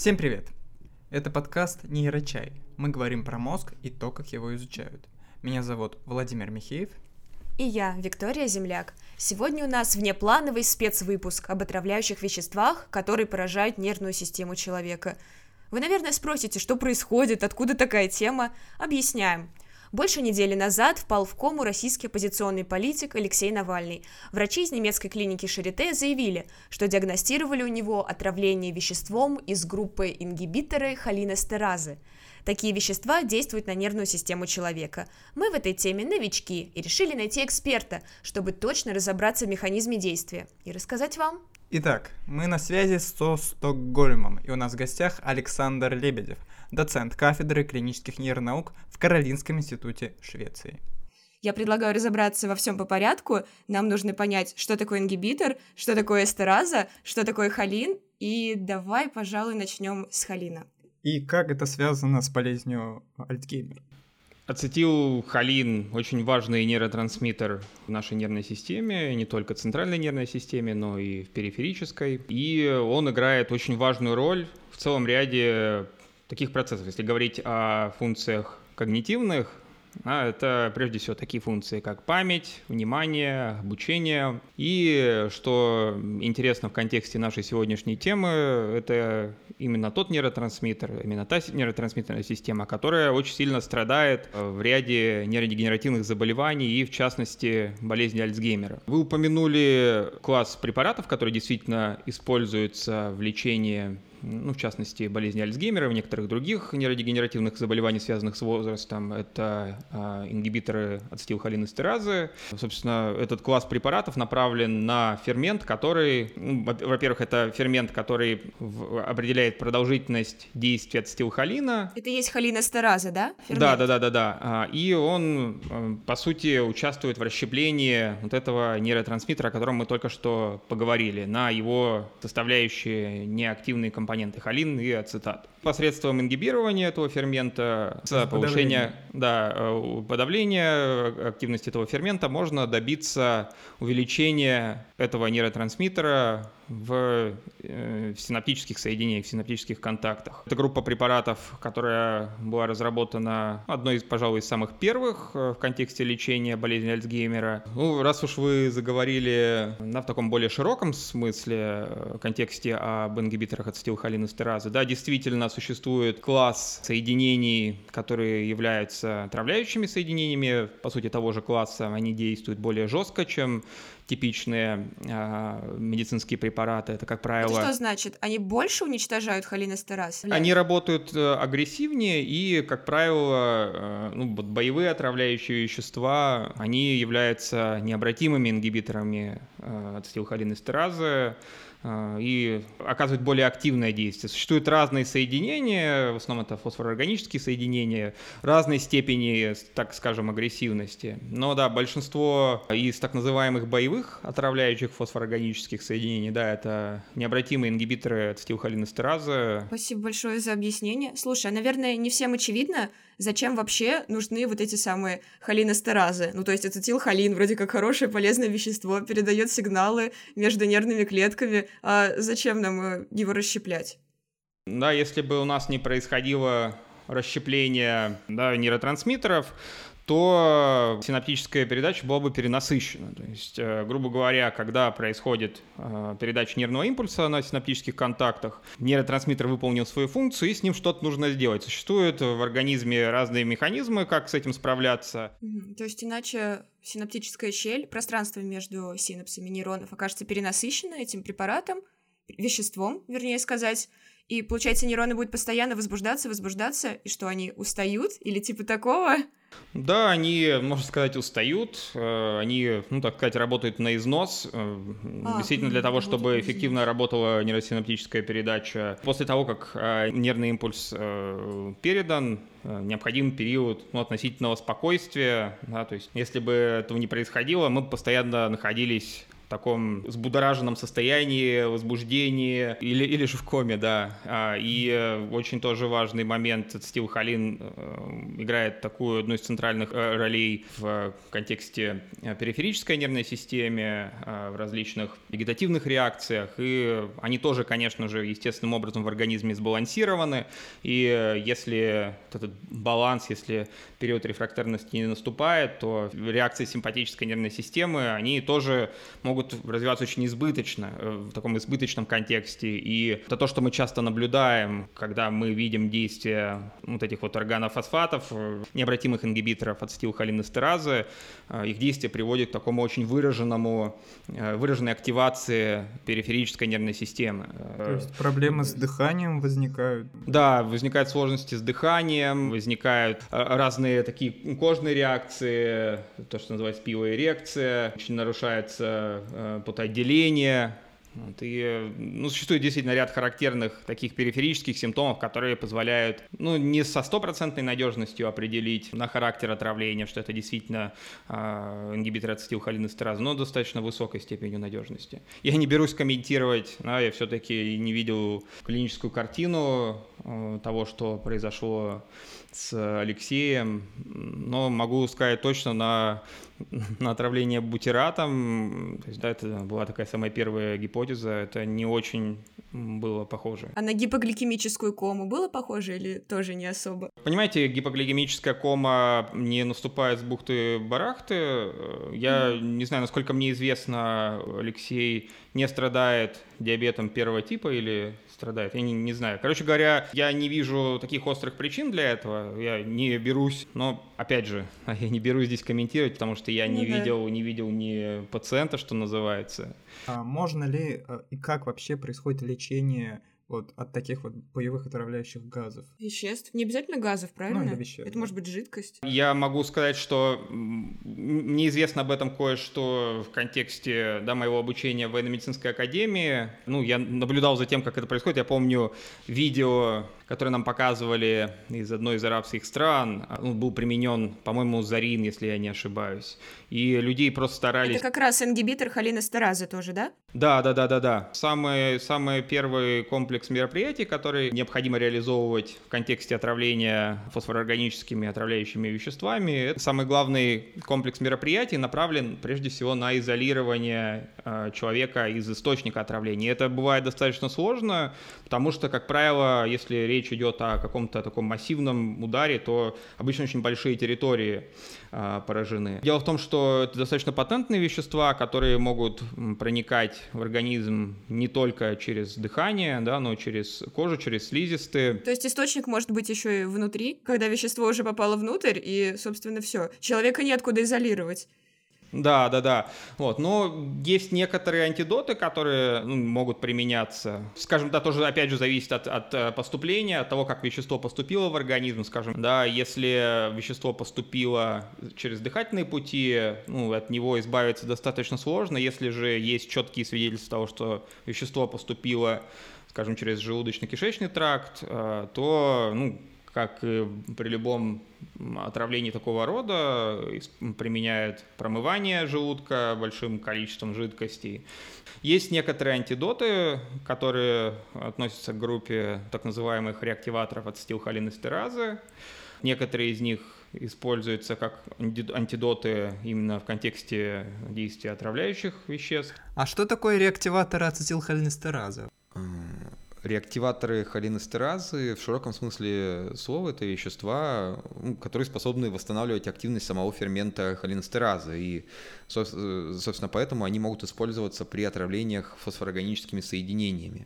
Всем привет! Это подкаст «Нейрочай». Мы говорим про мозг и то, как его изучают. Меня зовут Владимир Михеев. И я, Виктория Земляк. Сегодня у нас внеплановый спецвыпуск об отравляющих веществах, которые поражают нервную систему человека. Вы, наверное, спросите, что происходит, откуда такая тема? Объясняем. Больше недели назад впал в кому российский оппозиционный политик Алексей Навальный. Врачи из немецкой клиники Шарите заявили, что диагностировали у него отравление веществом из группы ингибиторы холинестеразы. Такие вещества действуют на нервную систему человека. Мы в этой теме новички и решили найти эксперта, чтобы точно разобраться в механизме действия и рассказать вам. Итак, мы на связи со Стокгольмом, и у нас в гостях Александр Лебедев, доцент кафедры клинических нейронаук в Каролинском институте Швеции. Я предлагаю разобраться во всем по порядку. Нам нужно понять, что такое ингибитор, что такое эстераза, что такое холин, и давай, пожалуй, начнем с холина. И как это связано с болезнью Альцгеймера? Ацетилхолин – очень важный нейротрансмиттер в нашей нервной системе, не только центральной нервной системе, но и в периферической. И он играет очень важную роль в целом ряде таких процессов. Если говорить о функциях когнитивных, это прежде всего такие функции, как память, внимание, обучение. И что интересно в контексте нашей сегодняшней темы, это именно тот нейротрансмиттер, именно та нейротрансмиттерная система, которая очень сильно страдает в ряде нейродегенеративных заболеваний и, в частности, болезни Альцгеймера. Вы упомянули класс препаратов, которые действительно используются в лечении, в частности, болезни Альцгеймера, в некоторых других нейродегенеративных заболеваний, связанных с возрастом. Это ингибиторы ацетилхолинестеразы. Собственно, этот класс препаратов направлен на фермент, который, во-первых, это фермент, который определяет продолжительность действия ацетилхолина. Это и есть холинестераза, да? Да. И он, по сути, участвует в расщеплении вот этого нейротрансмиттера, о котором мы только что поговорили, на его составляющие неактивные компоненты холин и ацетат. Посредством ингибирования этого фермента, повышения подавления активности этого фермента можно добиться увеличения этого нейротрансмиттера в синаптических соединениях, в синаптических контактах. Это группа препаратов, которая была разработана одной из, пожалуй, из самых первых в контексте лечения болезни Альцгеймера. Раз уж вы заговорили в таком более широком смысле, в контексте об ингибиторах ацетилхолинестеразы, да, действительно существует класс соединений, которые являются отравляющими соединениями, по сути, того же класса. Они действуют более жестко, чем типичные медицинские препараты. Это, как правило... Это что значит? Они больше уничтожают холинестераз? Они работают агрессивнее, и, как правило, боевые отравляющие вещества, они являются необратимыми ингибиторами ацетилхолинестеразы и оказывают более активное действие. Существуют разные соединения, в основном это фосфорорганические соединения, разной степени, так скажем, агрессивности. Но да, большинство из так называемых боевых отравляющих фосфорорганических соединений, да, это необратимые ингибиторы ацетилхолинестеразы. Спасибо большое за объяснение. Слушай, наверное, не всем очевидно, зачем вообще нужны вот эти самые холинестеразы. То есть ацетилхолин, вроде как хорошее полезное вещество, передает сигналы между нервными клетками. А зачем нам его расщеплять? Да, если бы у нас не происходило расщепление нейротрансмиттеров, то синаптическая передача была бы перенасыщена. То есть, грубо говоря, когда происходит передача нервного импульса на синаптических контактах, нейротрансмиттер выполнил свою функцию, и с ним что-то нужно сделать. Существуют в организме разные механизмы, как с этим справляться. То есть, иначе синаптическая щель, пространство между синапсами нейронов окажется перенасыщено этим препаратом, веществом, вернее сказать, и, получается, нейроны будут постоянно возбуждаться, и что, они устают или типа такого? Да, они, можно сказать, устают, они, так сказать, работают на износ, действительно для того, чтобы эффективно работала нейросинаптическая передача. После того, как нервный импульс передан, необходим период относительного спокойствия, да, то есть если бы этого не происходило, мы бы постоянно находились таком взбудораженном состоянии, возбуждении или же в коме, да. И очень тоже важный момент, ацетилхолин играет такую одну из центральных ролей в контексте периферической нервной системы, в различных вегетативных реакциях, и они тоже, конечно же, естественным образом в организме сбалансированы, и если этот баланс, если период рефрактерности не наступает, то реакции симпатической нервной системы, они тоже могут развиваться очень избыточно, в таком избыточном контексте, и это то, что мы часто наблюдаем, когда мы видим действие вот этих вот органофосфатов, необратимых ингибиторов ацетилхолинэстеразы, их действие приводит к такому очень выраженной активации периферической нервной системы. То есть проблемы с дыханием возникают? Да, возникают сложности с дыханием, возникают разные такие кожные реакции, то, что называется пилоэрекция, очень нарушается потоотделение. И существует действительно ряд характерных таких периферических симптомов, которые позволяют, не со стопроцентной надежностью определить на характер отравления, что это действительно ингибитор ацетилхолинэстеразы, но достаточно высокой степенью надежности. Я не берусь комментировать, я все-таки не видел клиническую картину того, что произошло с Алексеем, но могу сказать точно на отравление бутиратом, то есть, да, это была такая самая первая гипотеза, это не очень было похоже. А на гипогликемическую кому было похоже или тоже не особо? Понимаете, гипогликемическая кома не наступает с бухты-барахты. Я не знаю, насколько мне известно, Алексей не страдает диабетом первого типа или страдает, я не знаю. Короче говоря, я не вижу таких острых причин для этого, я не берусь, но, опять же, я не берусь здесь комментировать, потому что я не видел ни пациента, что называется. А можно ли и как вообще происходит лечение от таких вот боевых отравляющих газов? Веществ. Не обязательно газов, правильно? Или веществ. Это может быть жидкость. Я могу сказать, что мне известно об этом кое-что в контексте моего обучения в военно-медицинской академии. Я наблюдал за тем, как это происходит. Я помню видео, которое нам показывали из одной из арабских стран. Был применен, по-моему, зарин, если я не ошибаюсь. И людей просто старались... Это как раз ингибитор холинэстеразы тоже, да? Да. Самый первый комплекс мероприятий, который необходимо реализовывать в контексте отравления фосфороорганическими отравляющими веществами, это самый главный комплекс мероприятий направлен прежде всего на изолирование человека из источника отравления. И это бывает достаточно сложно, потому что, как правило, если речь идет о каком-то таком массивном ударе, то обычно очень большие территории поражены. Дело в том, что это достаточно патентные вещества, которые могут проникать в организм не только через дыхание, но через кожу, через слизистые. То есть источник может быть еще и внутри, когда вещество уже попало внутрь, и, собственно, все. Человека неоткуда изолировать. Да. Но есть некоторые антидоты, которые могут применяться. Скажем, тоже опять же зависит от поступления, от того, как вещество поступило в организм. Скажем, если вещество поступило через дыхательные пути, от него избавиться достаточно сложно. Если же есть четкие свидетельства того, что вещество поступило, скажем, через желудочно-кишечный тракт, то, как и при любом отравлении такого рода, применяют промывание желудка большим количеством жидкостей. Есть некоторые антидоты, которые относятся к группе так называемых реактиваторов ацетилхолинэстеразы. Некоторые из них используются как антидоты именно в контексте действия отравляющих веществ. А что такое реактиватор ацетилхолинэстеразы? Реактиваторы холинэстеразы в широком смысле слова это вещества, которые способны восстанавливать активность самого фермента холинэстеразы. И, собственно, поэтому они могут использоваться при отравлениях фосфорорганическими соединениями.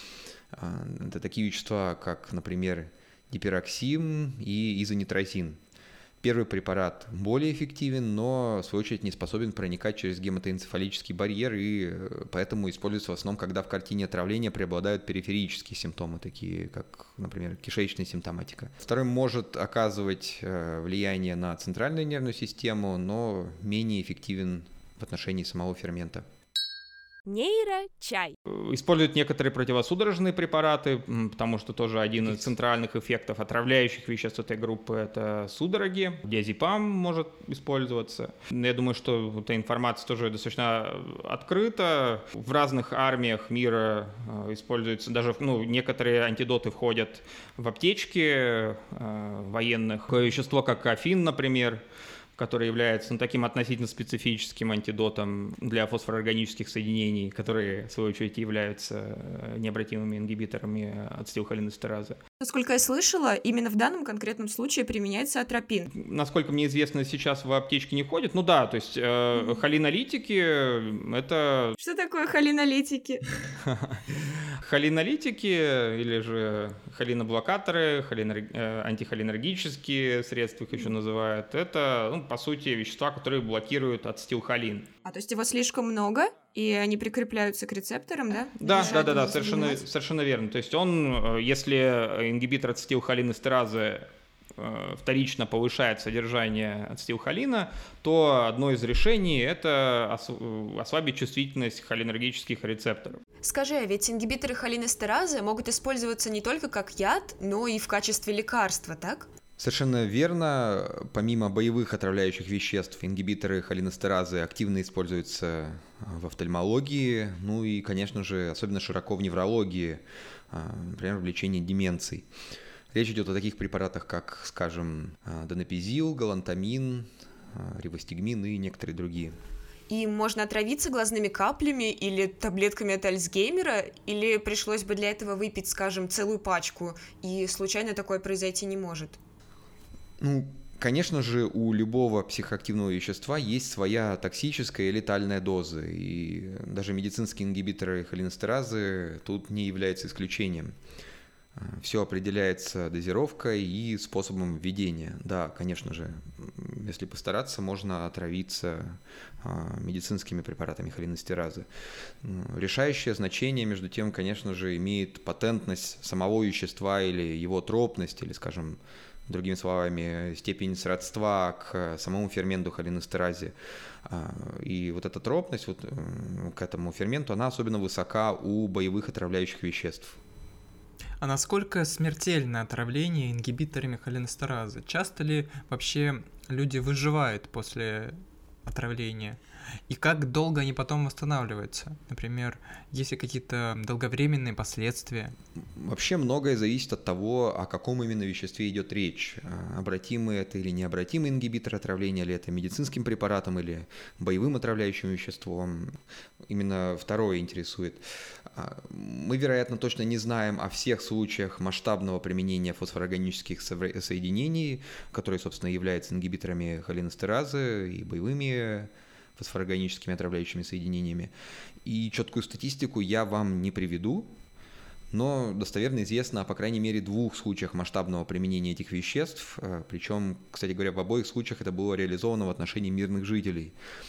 Это такие вещества, как, например, дипероксин и изонитрозин. Первый препарат более эффективен, но, в свою очередь, не способен проникать через гематоэнцефалический барьер, и поэтому используется в основном, когда в картине отравления преобладают периферические симптомы, такие как, например, кишечная симптоматика. Второй может оказывать влияние на центральную нервную систему, но менее эффективен в отношении самого фермента. Нейрочай. Используют некоторые противосудорожные препараты, потому что тоже один из центральных эффектов отравляющих веществ этой группы — это судороги. Диазепам может использоваться. Я думаю, что эта информация тоже достаточно открыта. В разных армиях мира используются даже, некоторые антидоты входят в аптечки военных. Такое вещество, как кофеин, например, который является таким относительно специфическим антидотом для фосфороорганических соединений, которые, в свою очередь, являются необратимыми ингибиторами ацетилхолинэстеразы. Насколько я слышала, именно в данном конкретном случае применяется атропин. Насколько мне известно, сейчас в аптечке не входит. То есть холинолитики — это... Что такое холинолитики? Холинолитики или же холиноблокаторы, антихолинергические средства их еще называют. Это, по сути, вещества, которые блокируют ацетилхолин. То есть его слишком много, и они прикрепляются к рецепторам, да? Да, совершенно верно. То есть если ингибитор ацетилхолинэстеразы вторично повышает содержание ацетилхолина, то одно из решений — это ослабить чувствительность холинергических рецепторов. Скажи, а ведь ингибиторы холинэстеразы могут использоваться не только как яд, но и в качестве лекарства, так? Совершенно верно. Помимо боевых отравляющих веществ, ингибиторы холинэстеразы активно используются в офтальмологии, и, конечно же, особенно широко в неврологии, например, в лечении деменций. Речь идет о таких препаратах, как, скажем, донепизил, галантамин, ривастигмин и некоторые другие. И можно отравиться глазными каплями или таблетками от Альцгеймера, или пришлось бы для этого выпить, скажем, целую пачку, и случайно такое произойти не может? Конечно же, у любого психоактивного вещества есть своя токсическая и летальная доза, и даже медицинские ингибиторы холинэстеразы тут не являются исключением. Все определяется дозировкой и способом введения. Да, конечно же, если постараться, можно отравиться медицинскими препаратами холинэстеразы. Решающее значение, между тем, конечно же, имеет патентность самого вещества или его тропность, или, скажем, другими словами, степень сродства к самому ферменту холинэстеразе. И вот эта тропность к этому ферменту, она особенно высока у боевых отравляющих веществ. А насколько смертельно отравление ингибиторами холинэстеразы? Часто ли вообще люди выживают после отравления? И как долго они потом восстанавливаются? Например, есть ли какие-то долговременные последствия? Вообще многое зависит от того, о каком именно веществе идет речь. Обратимый это или необратимый ингибитор отравления, или это медицинским препаратом, или боевым отравляющим веществом. Именно второе интересует. Мы, вероятно, точно не знаем о всех случаях масштабного применения фосфороорганических соединений, которые, собственно, являются ингибиторами холинэстеразы и боевыми фосфороорганическими отравляющими соединениями. И четкую статистику я вам не приведу, но достоверно известно о, по крайней мере, 2 случаях масштабного применения этих веществ, причем, кстати говоря, в обоих случаях это было реализовано в отношении мирных жителей.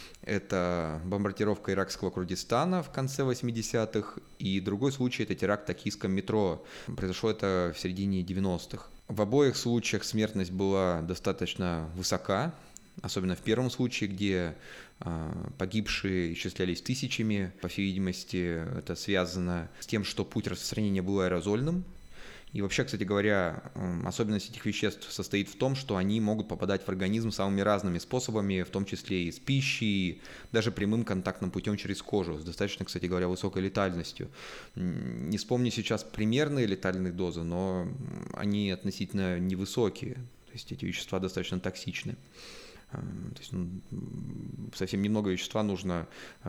Это бомбардировка иракского Курдистана в конце 80-х, и другой случай — это теракт в токийском метро. Произошло это в середине 90-х. В обоих случаях смертность была достаточно высока, особенно в первом случае, где погибшие исчислялись тысячами. По всей видимости, это связано с тем, что путь распространения был аэрозольным. И вообще, кстати говоря, особенность этих веществ состоит в том, что они могут попадать в организм самыми разными способами, в том числе и с пищей, даже прямым контактным путем через кожу, с достаточно, кстати говоря, высокой летальностью. Не вспомню сейчас примерные летальные дозы, но они относительно невысокие, то есть эти вещества достаточно токсичны. То есть, совсем немного вещества нужно,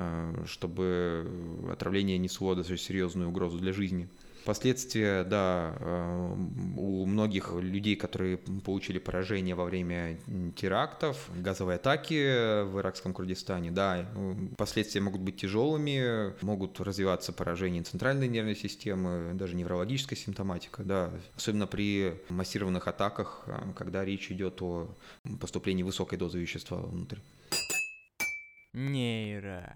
чтобы отравление несло достаточно серьезную угрозу для жизни. Последствия, да, у многих людей, которые получили поражение во время терактов, газовой атаки в иракском Курдистане, да, последствия могут быть тяжелыми, могут развиваться поражения центральной нервной системы, даже неврологическая симптоматика, да, особенно при массированных атаках, когда речь идет о поступлении высокой дозы вещества внутрь. Нейрочай.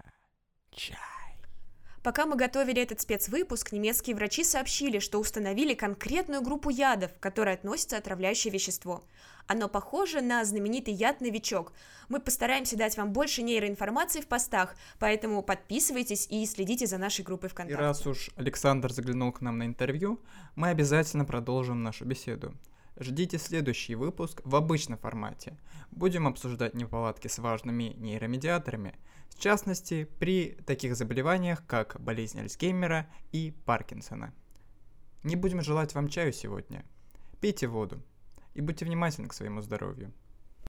Пока мы готовили этот спецвыпуск, немецкие врачи сообщили, что установили конкретную группу ядов, к которой относится отравляющее вещество. Оно похоже на знаменитый яд «Новичок». Мы постараемся дать вам больше нейроинформации в постах, поэтому подписывайтесь и следите за нашей группой И ВКонтакте. раз уж Александр заглянул к нам на интервью, мы обязательно продолжим нашу беседу. Ждите следующий выпуск в обычном формате. Будем обсуждать неполадки с важными нейромедиаторами, в частности, при таких заболеваниях, как болезнь Альцгеймера и Паркинсона. Не будем желать вам чаю сегодня. Пейте воду и будьте внимательны к своему здоровью.